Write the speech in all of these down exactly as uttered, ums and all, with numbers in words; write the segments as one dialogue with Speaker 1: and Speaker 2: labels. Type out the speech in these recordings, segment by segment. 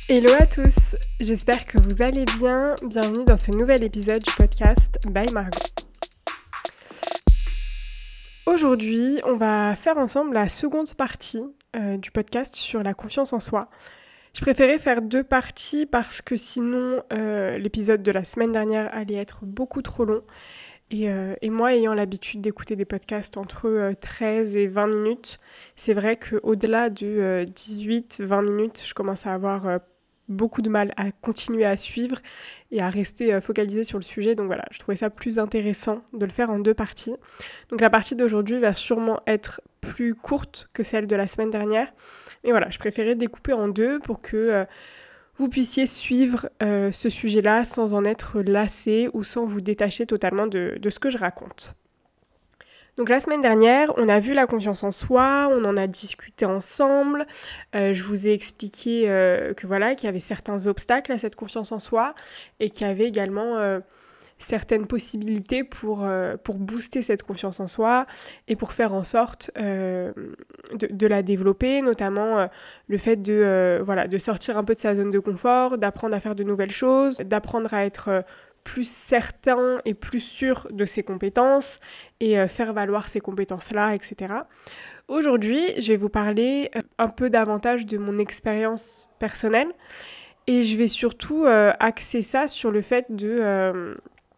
Speaker 1: Hello à tous, j'espère que vous allez bien. Bienvenue dans ce nouvel épisode du podcast by Margot. Aujourd'hui, on va faire ensemble la seconde partie euh, du podcast sur la confiance en soi. Je préférais faire deux parties parce que sinon euh, l'épisode de la semaine dernière allait être beaucoup trop long. Et, euh, et moi, ayant l'habitude d'écouter des podcasts entre euh, treize et vingt minutes, c'est vrai qu'au-delà de euh, dix-huit vingt minutes, je commence à avoir euh, beaucoup de mal à continuer à suivre et à rester euh, focalisée sur le sujet. Donc voilà, je trouvais ça plus intéressant de le faire en deux parties. Donc la partie d'aujourd'hui va sûrement être plus courte que celle de la semaine dernière. Mais voilà, je préférais découper en deux pour que euh, vous puissiez suivre euh, ce sujet-là sans en être lassé ou sans vous détacher totalement de, de ce que je raconte. Donc la semaine dernière, on a vu la confiance en soi, on en a discuté ensemble, euh, je vous ai expliqué euh, que voilà, qu'il y avait certains obstacles à cette confiance en soi et qu'il y avait également euh, certaines possibilités pour, euh, pour booster cette confiance en soi et pour faire en sorte euh, de, de la développer, notamment euh, le fait de, euh, voilà, de sortir un peu de sa zone de confort, d'apprendre à faire de nouvelles choses, d'apprendre à être euh, plus certain et plus sûr de ses compétences et euh, faire valoir ces compétences-là, et cetera. Aujourd'hui, je vais vous parler euh, un peu davantage de mon expérience personnelle et je vais surtout euh, axer ça sur le fait de... Euh,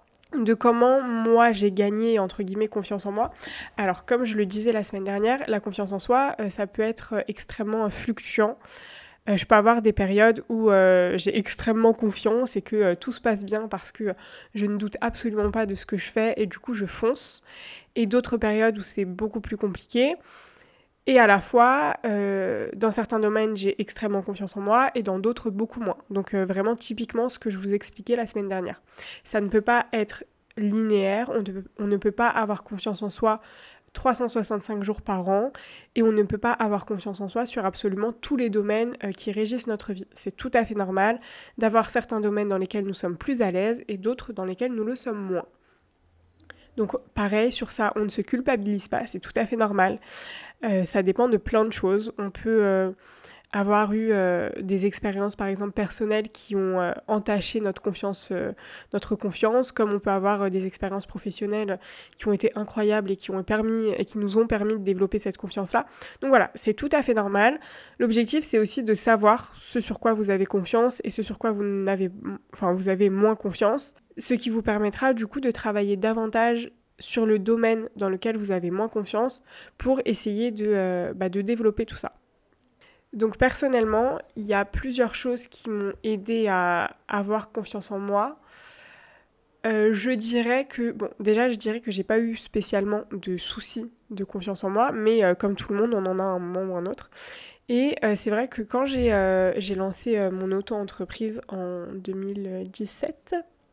Speaker 1: de comment moi j'ai gagné entre guillemets confiance en moi. Alors comme je le disais la semaine dernière, la confiance en soi, euh, ça peut être euh, extrêmement euh, fluctuant. Euh, je peux avoir des périodes où euh, j'ai extrêmement confiance et que euh, tout se passe bien parce que euh, je ne doute absolument pas de ce que je fais et du coup je fonce. Et d'autres périodes où c'est beaucoup plus compliqué. Et à la fois, euh, dans certains domaines, j'ai extrêmement confiance en moi et dans d'autres, beaucoup moins. Donc euh, vraiment, typiquement, ce que je vous expliquais la semaine dernière. Ça ne peut pas être linéaire, on, de, on ne peut pas avoir confiance en soi trois cent soixante-cinq jours par an et on ne peut pas avoir confiance en soi sur absolument tous les domaines euh, qui régissent notre vie. C'est tout à fait normal d'avoir certains domaines dans lesquels nous sommes plus à l'aise et d'autres dans lesquels nous le sommes moins. Donc pareil, sur ça, on ne se culpabilise pas, c'est tout à fait normal. Euh, ça dépend de plein de choses. On peut euh, avoir eu euh, des expériences, par exemple, personnelles qui ont euh, entaché notre confiance, euh, notre confiance, comme on peut avoir euh, des expériences professionnelles qui ont été incroyables et qui, ont permis, et qui nous ont permis de développer cette confiance-là. Donc voilà, c'est tout à fait normal. L'objectif, c'est aussi de savoir ce sur quoi vous avez confiance et ce sur quoi vous, n'avez, enfin, vous avez moins confiance, ce qui vous permettra du coup de travailler davantage sur le domaine dans lequel vous avez moins confiance pour essayer de, euh, bah, de développer tout ça. Donc personnellement, il y a plusieurs choses qui m'ont aidé à avoir confiance en moi. Euh, je dirais que, bon, déjà je dirais que j'ai pas eu spécialement de soucis de confiance en moi, mais euh, comme tout le monde, on en a un moment ou un autre. Et euh, c'est vrai que quand j'ai, euh, j'ai lancé euh, mon auto-entreprise en deux mille dix-sept,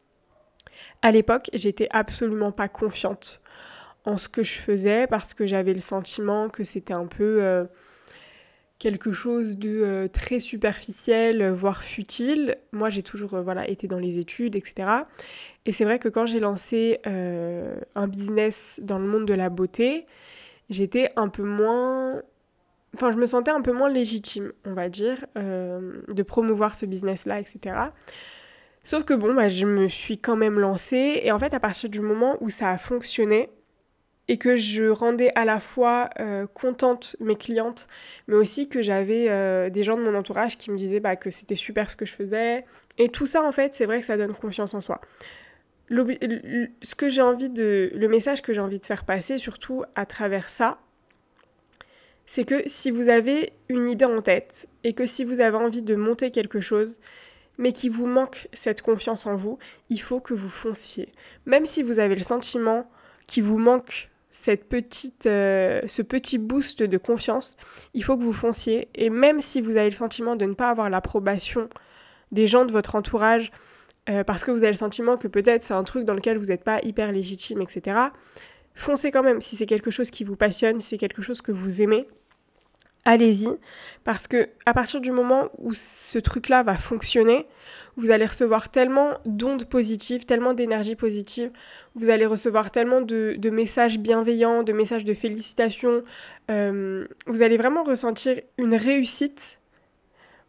Speaker 1: à l'époque, j'étais absolument pas confiante en ce que je faisais parce que j'avais le sentiment que c'était un peu euh, quelque chose de euh, très superficiel, voire futile. Moi, j'ai toujours euh, voilà, été dans les études, et cetera. Et c'est vrai que quand j'ai lancé euh, un business dans le monde de la beauté, j'étais un peu moins... Enfin, je me sentais un peu moins légitime, on va dire, euh, de promouvoir ce business-là, et cetera. Sauf que bon, bah, je me suis quand même lancée et en fait, à partir du moment où ça a fonctionné et que je rendais à la fois euh, contente mes clientes, mais aussi que j'avais euh, des gens de mon entourage qui me disaient bah, que c'était super ce que je faisais. Et tout ça, en fait, c'est vrai que ça donne confiance en soi. L'obli- le, ce que j'ai envie de, le message que j'ai envie de faire passer, surtout à travers ça, c'est que si vous avez une idée en tête et que si vous avez envie de monter quelque chose, mais qu'il vous manque cette confiance en vous, il faut que vous fonciez. Même si vous avez le sentiment qu'il vous manque cette petite, euh, ce petit boost de confiance, il faut que vous fonciez. Et même si vous avez le sentiment de ne pas avoir l'approbation des gens de votre entourage, euh, parce que vous avez le sentiment que peut-être c'est un truc dans lequel vous n'êtes pas hyper légitime, et cetera, foncez quand même. Si c'est quelque chose qui vous passionne, si c'est quelque chose que vous aimez, allez-y, parce que à partir du moment où ce truc-là va fonctionner, vous allez recevoir tellement d'ondes positives, tellement d'énergie positive, vous allez recevoir tellement de, de messages bienveillants, de messages de félicitations, euh, vous allez vraiment ressentir une réussite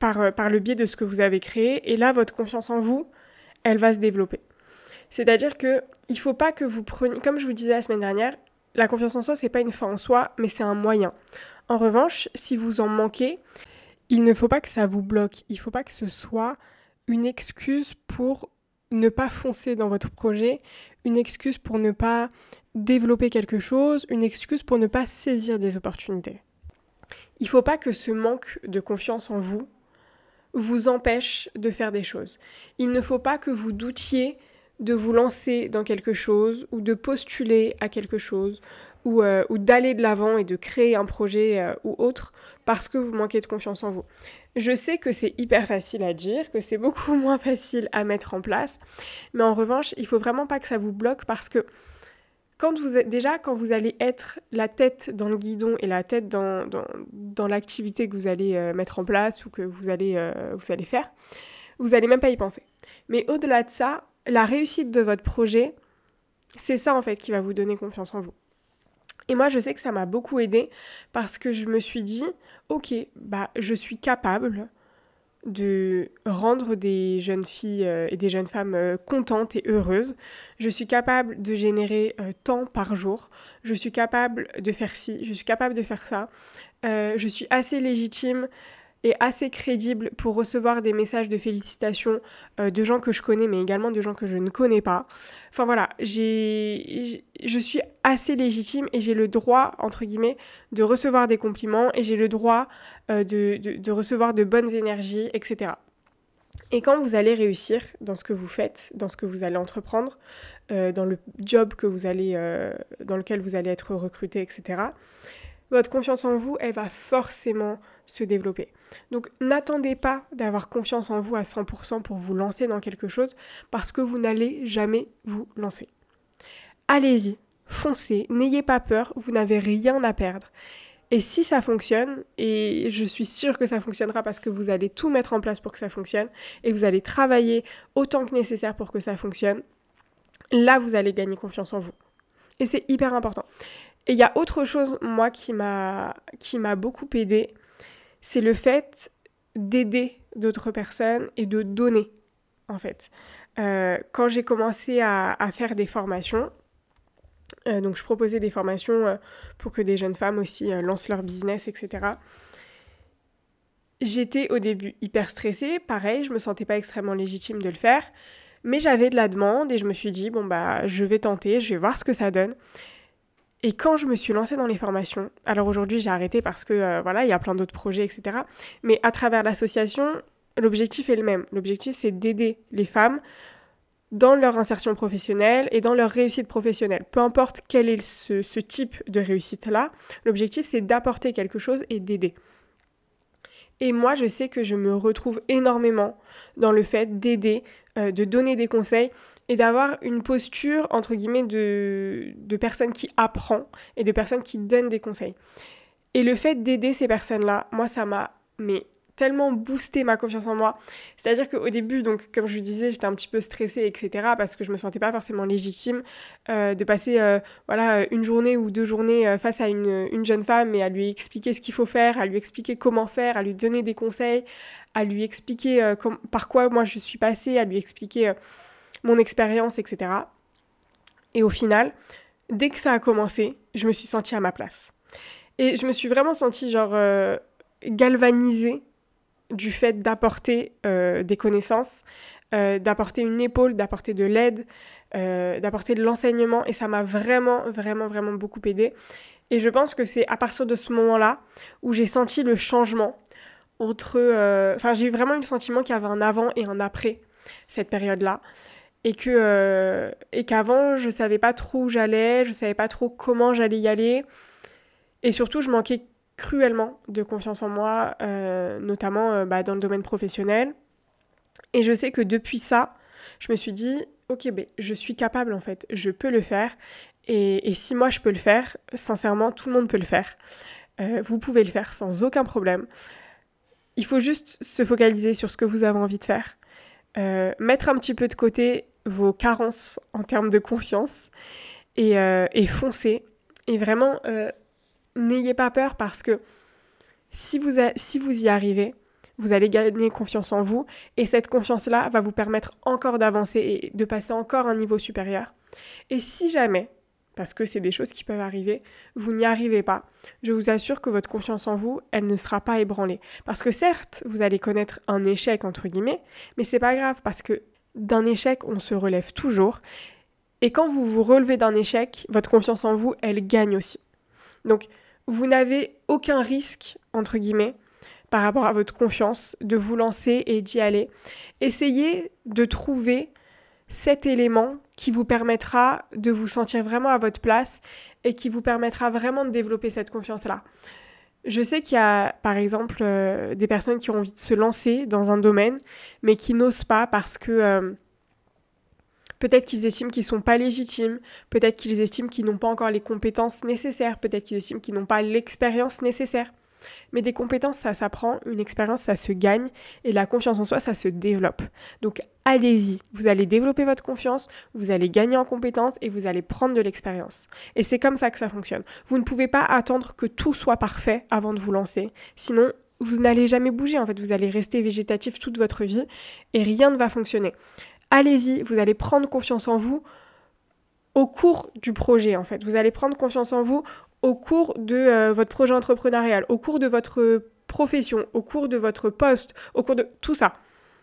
Speaker 1: par, par le biais de ce que vous avez créé. Et là, votre confiance en vous, elle va se développer. C'est-à-dire qu'il ne faut pas que vous preniez... Comme je vous disais la semaine dernière, la confiance en soi, ce n'est pas une fin en soi, mais c'est un moyen. En revanche, si vous en manquez, il ne faut pas que ça vous bloque. Il ne faut pas que ce soit une excuse pour ne pas foncer dans votre projet, une excuse pour ne pas développer quelque chose, une excuse pour ne pas saisir des opportunités. Il ne faut pas que ce manque de confiance en vous vous empêche de faire des choses. Il ne faut pas que vous doutiez de vous lancer dans quelque chose ou de postuler à quelque chose ou, euh, ou d'aller de l'avant et de créer un projet euh, ou autre parce que vous manquez de confiance en vous. Je sais que c'est hyper facile à dire, que c'est beaucoup moins facile à mettre en place, mais en revanche, il ne faut vraiment pas que ça vous bloque parce que quand vous êtes, déjà, quand vous allez être la tête dans le guidon et la tête dans, dans, dans l'activité que vous allez euh, mettre en place ou que vous allez, euh, vous allez faire, vous n'allez même pas y penser. Mais au-delà de ça, la réussite de votre projet, c'est ça en fait qui va vous donner confiance en vous. Et moi, je sais que ça m'a beaucoup aidée parce que je me suis dit, ok, bah, je suis capable de rendre des jeunes filles euh, et des jeunes femmes euh, contentes et heureuses. Je suis capable de générer euh, tant par jour. Je suis capable de faire ci, je suis capable de faire ça. Euh, je suis assez légitime et assez crédible pour recevoir des messages de félicitations euh, de gens que je connais, mais également de gens que je ne connais pas. Enfin voilà, j'ai, je suis assez légitime et j'ai le droit, entre guillemets, de recevoir des compliments et j'ai le droit euh, de, de, de recevoir de bonnes énergies, et cetera. Et quand vous allez réussir dans ce que vous faites, dans ce que vous allez entreprendre, euh, dans le job que vous allez, euh, dans lequel vous allez être recruté, et cetera, votre confiance en vous, elle va forcément se développer. Donc n'attendez pas d'avoir confiance en vous à cent pour cent pour vous lancer dans quelque chose parce que vous n'allez jamais vous lancer. Allez-y, foncez, n'ayez pas peur, vous n'avez rien à perdre. Et si ça fonctionne, et je suis sûre que ça fonctionnera parce que vous allez tout mettre en place pour que ça fonctionne et vous allez travailler autant que nécessaire pour que ça fonctionne, là vous allez gagner confiance en vous. Et c'est hyper important. Et il y a autre chose, moi, qui m'a, qui m'a beaucoup aidée, c'est le fait d'aider d'autres personnes et de donner, en fait. Euh, quand j'ai commencé à, à faire des formations, euh, donc je proposais des formations euh, pour que des jeunes femmes aussi euh, lancent leur business, et cetera. J'étais au début hyper stressée, pareil, je me sentais pas extrêmement légitime de le faire, mais j'avais de la demande et je me suis dit, bon bah, je vais tenter, je vais voir ce que ça donne. Et quand je me suis lancée dans les formations, alors aujourd'hui j'ai arrêté parce que euh, voilà, il y a plein d'autres projets, et cetera. Mais à travers l'association, l'objectif est le même. L'objectif, c'est d'aider les femmes dans leur insertion professionnelle et dans leur réussite professionnelle. Peu importe quel est ce, ce type de réussite-là, l'objectif, c'est d'apporter quelque chose et d'aider. Et moi, je sais que je me retrouve énormément dans le fait d'aider, euh, de donner des conseils et d'avoir une posture, entre guillemets, de, de personne qui apprend et de personne qui donne des conseils. Et le fait d'aider ces personnes-là, moi, ça m'a mais, tellement boosté ma confiance en moi. C'est-à-dire qu'au début, donc, comme je vous disais, j'étais un petit peu stressée, et cetera, parce que je me sentais pas forcément légitime euh, de passer euh, voilà, une journée ou deux journées euh, face à une, une jeune femme et à lui expliquer ce qu'il faut faire, à lui expliquer comment faire, à lui donner des conseils, à lui expliquer euh, com- par quoi moi je suis passée, à lui expliquer euh, mon expérience, et cetera. Et au final, dès que ça a commencé, je me suis sentie à ma place. Et je me suis vraiment sentie genre euh, galvanisée du fait d'apporter euh, des connaissances, euh, d'apporter une épaule, d'apporter de l'aide, euh, d'apporter de l'enseignement. Et ça m'a vraiment, vraiment, vraiment beaucoup aidée. Et je pense que c'est à partir de ce moment-là où j'ai senti le changement entre... Euh, enfin, j'ai vraiment eu le sentiment qu'il y avait un avant et un après cette période-là. Et, que, euh, et qu'avant, je savais pas trop où j'allais, je savais pas trop comment j'allais y aller. Et surtout, je manquais cruellement de confiance en moi, euh, notamment euh, bah, dans le domaine professionnel. Et je sais que depuis ça, je me suis dit, ok, ben, je suis capable en fait, je peux le faire. Et, et si moi je peux le faire, sincèrement, tout le monde peut le faire. Euh, vous pouvez le faire sans aucun problème. Il faut juste se focaliser sur ce que vous avez envie de faire. Euh, mettre un petit peu de côté vos carences en termes de confiance et, euh, et foncer. Et vraiment... Euh, n'ayez pas peur parce que si vous, a, si vous y arrivez, vous allez gagner confiance en vous et cette confiance-là va vous permettre encore d'avancer et de passer encore un niveau supérieur. Et si jamais, parce que c'est des choses qui peuvent arriver, vous n'y arrivez pas, je vous assure que votre confiance en vous, elle ne sera pas ébranlée. Parce que certes, vous allez connaître un échec, entre guillemets, mais c'est pas grave parce que d'un échec, on se relève toujours. Et quand vous vous relevez d'un échec, votre confiance en vous, elle gagne aussi. Donc, vous n'avez aucun risque, entre guillemets, par rapport à votre confiance, de vous lancer et d'y aller. Essayez de trouver cet élément qui vous permettra de vous sentir vraiment à votre place et qui vous permettra vraiment de développer cette confiance-là. Je sais qu'il y a, par exemple, euh, des personnes qui ont envie de se lancer dans un domaine, mais qui n'osent pas parce que euh, peut-être qu'ils estiment qu'ils ne sont pas légitimes, peut-être qu'ils estiment qu'ils n'ont pas encore les compétences nécessaires, peut-être qu'ils estiment qu'ils n'ont pas l'expérience nécessaire. Mais des compétences, ça s'apprend, une expérience, ça se gagne, et la confiance en soi, ça se développe. Donc allez-y, vous allez développer votre confiance, vous allez gagner en compétences et vous allez prendre de l'expérience. Et c'est comme ça que ça fonctionne. Vous ne pouvez pas attendre que tout soit parfait avant de vous lancer, sinon vous n'allez jamais bouger, en fait, vous allez rester végétatif toute votre vie et rien ne va fonctionner. Allez-y, vous allez prendre confiance en vous au cours du projet, en fait. Vous allez prendre confiance en vous au cours de euh, votre projet entrepreneurial, au cours de votre profession, au cours de votre poste, au cours de tout ça.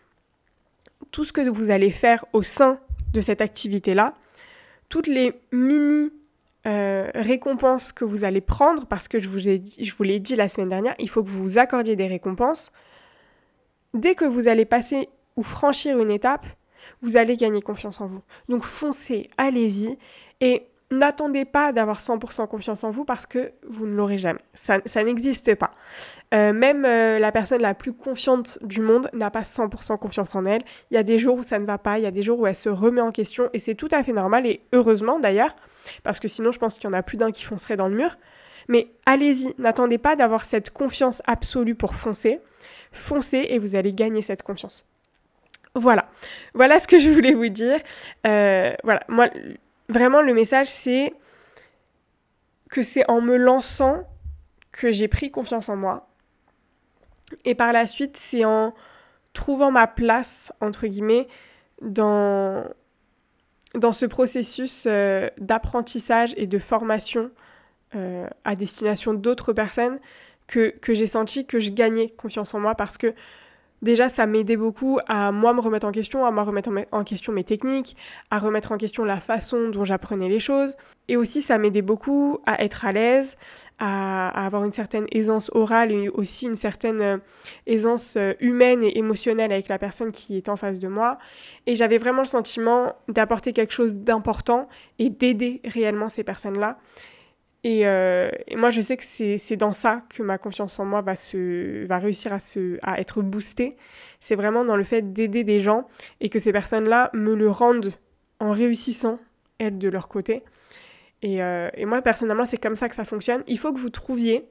Speaker 1: Tout ce que vous allez faire au sein de cette activité-là, toutes les mini euh, récompenses que vous allez prendre, parce que je vous, ai dit, je vous l'ai dit la semaine dernière, il faut que vous vous accordiez des récompenses. Dès que vous allez passer ou franchir une étape, vous allez gagner confiance en vous. Donc foncez, allez-y et n'attendez pas d'avoir cent pour cent confiance en vous parce que vous ne l'aurez jamais. Ça, ça n'existe pas. Euh, même euh, la personne la plus confiante du monde n'a pas cent pour cent confiance en elle. Il y a des jours où ça ne va pas, il y a des jours où elle se remet en question et c'est tout à fait normal et heureusement d'ailleurs, parce que sinon je pense qu'il y en a plus d'un qui foncerait dans le mur. Mais allez-y, n'attendez pas d'avoir cette confiance absolue pour foncer. Foncez et vous allez gagner cette confiance. Voilà, voilà ce que je voulais vous dire. Euh, voilà, moi, vraiment, le message, c'est que c'est en me lançant que j'ai pris confiance en moi. Et par la suite, c'est en trouvant ma place, entre guillemets, dans, dans ce processus euh, d'apprentissage et de formation euh, à destination d'autres personnes que, que j'ai senti que je gagnais confiance en moi parce que déjà, ça m'aidait beaucoup à moi me remettre en question, à moi remettre en question mes techniques, à remettre en question la façon dont j'apprenais les choses. Et aussi, ça m'aidait beaucoup à être à l'aise, à, à avoir une certaine aisance orale et aussi une certaine euh, aisance euh, humaine et émotionnelle avec la personne qui est en face de moi. Et j'avais vraiment le sentiment d'apporter quelque chose d'important et d'aider réellement ces personnes-là. Et, euh, et moi, je sais que c'est, c'est dans ça que ma confiance en moi va, se, va réussir à, se, à être boostée. C'est vraiment dans le fait d'aider des gens et que ces personnes-là me le rendent en réussissant, être de leur côté. Et, euh, et moi, personnellement, c'est comme ça que ça fonctionne. Il faut que vous trouviez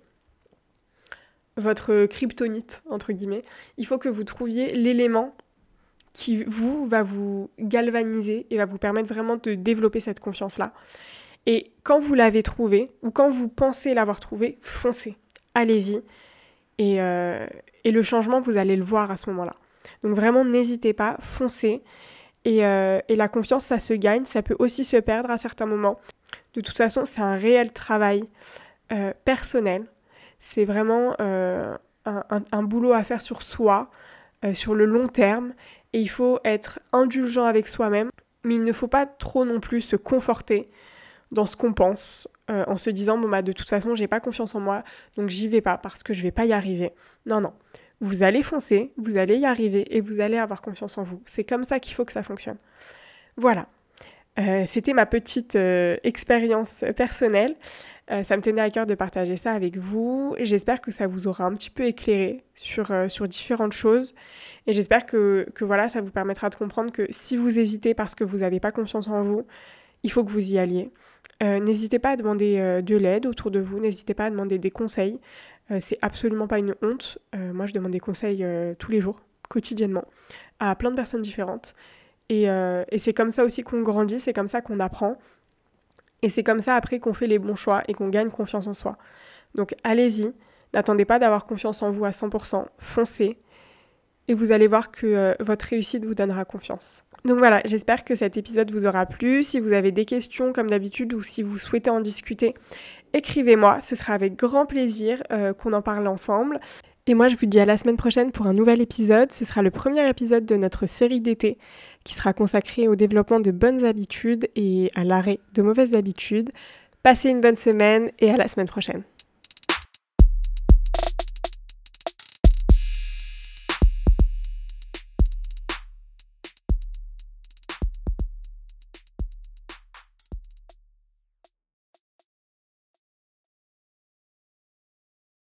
Speaker 1: votre kryptonite, entre guillemets. Il faut que vous trouviez l'élément qui, vous, va vous galvaniser et va vous permettre vraiment de développer cette confiance-là. Et quand vous l'avez trouvé, ou quand vous pensez l'avoir trouvé, foncez, allez-y. Et, euh, et le changement, vous allez le voir à ce moment-là. Donc vraiment, n'hésitez pas, foncez. Et, euh, et la confiance, ça se gagne, ça peut aussi se perdre à certains moments. De toute façon, c'est un réel travail euh, personnel. C'est vraiment euh, un, un, un boulot à faire sur soi, euh, sur le long terme. Et il faut être indulgent avec soi-même. Mais il ne faut pas trop non plus se conforter dans ce qu'on pense, euh, en se disant, bon bah de toute façon, j'ai pas confiance en moi, donc j'y vais pas parce que je vais pas y arriver. Non, non. Vous allez foncer, vous allez y arriver et vous allez avoir confiance en vous. C'est comme ça qu'il faut que ça fonctionne. Voilà. Euh, c'était ma petite euh, expérience personnelle. Euh, ça me tenait à cœur de partager ça avec vous. J'espère que ça vous aura un petit peu éclairé sur, euh, sur différentes choses. Et j'espère que, que voilà, ça vous permettra de comprendre que si vous hésitez parce que vous n'avez pas confiance en vous, il faut que vous y alliez. Euh, n'hésitez pas à demander euh, de l'aide autour de vous, n'hésitez pas à demander des conseils. Euh, c'est absolument pas une honte. Euh, moi, je demande des conseils euh, tous les jours, quotidiennement, à plein de personnes différentes. Et, euh, et c'est comme ça aussi qu'on grandit, c'est comme ça qu'on apprend. Et c'est comme ça après qu'on fait les bons choix et qu'on gagne confiance en soi. Donc allez-y, n'attendez pas d'avoir confiance en vous à cent pour cent, foncez. et vous allez voir que euh, votre réussite vous donnera confiance. Donc voilà, j'espère que cet épisode vous aura plu. Si vous avez des questions comme d'habitude ou si vous souhaitez en discuter, écrivez-moi, ce sera avec grand plaisir euh, qu'on en parle ensemble. Et moi, je vous dis à la semaine prochaine pour un nouvel épisode. Ce sera le premier épisode de notre série d'été qui sera consacré au développement de bonnes habitudes et à l'arrêt de mauvaises habitudes. Passez une bonne semaine et à la semaine prochaine.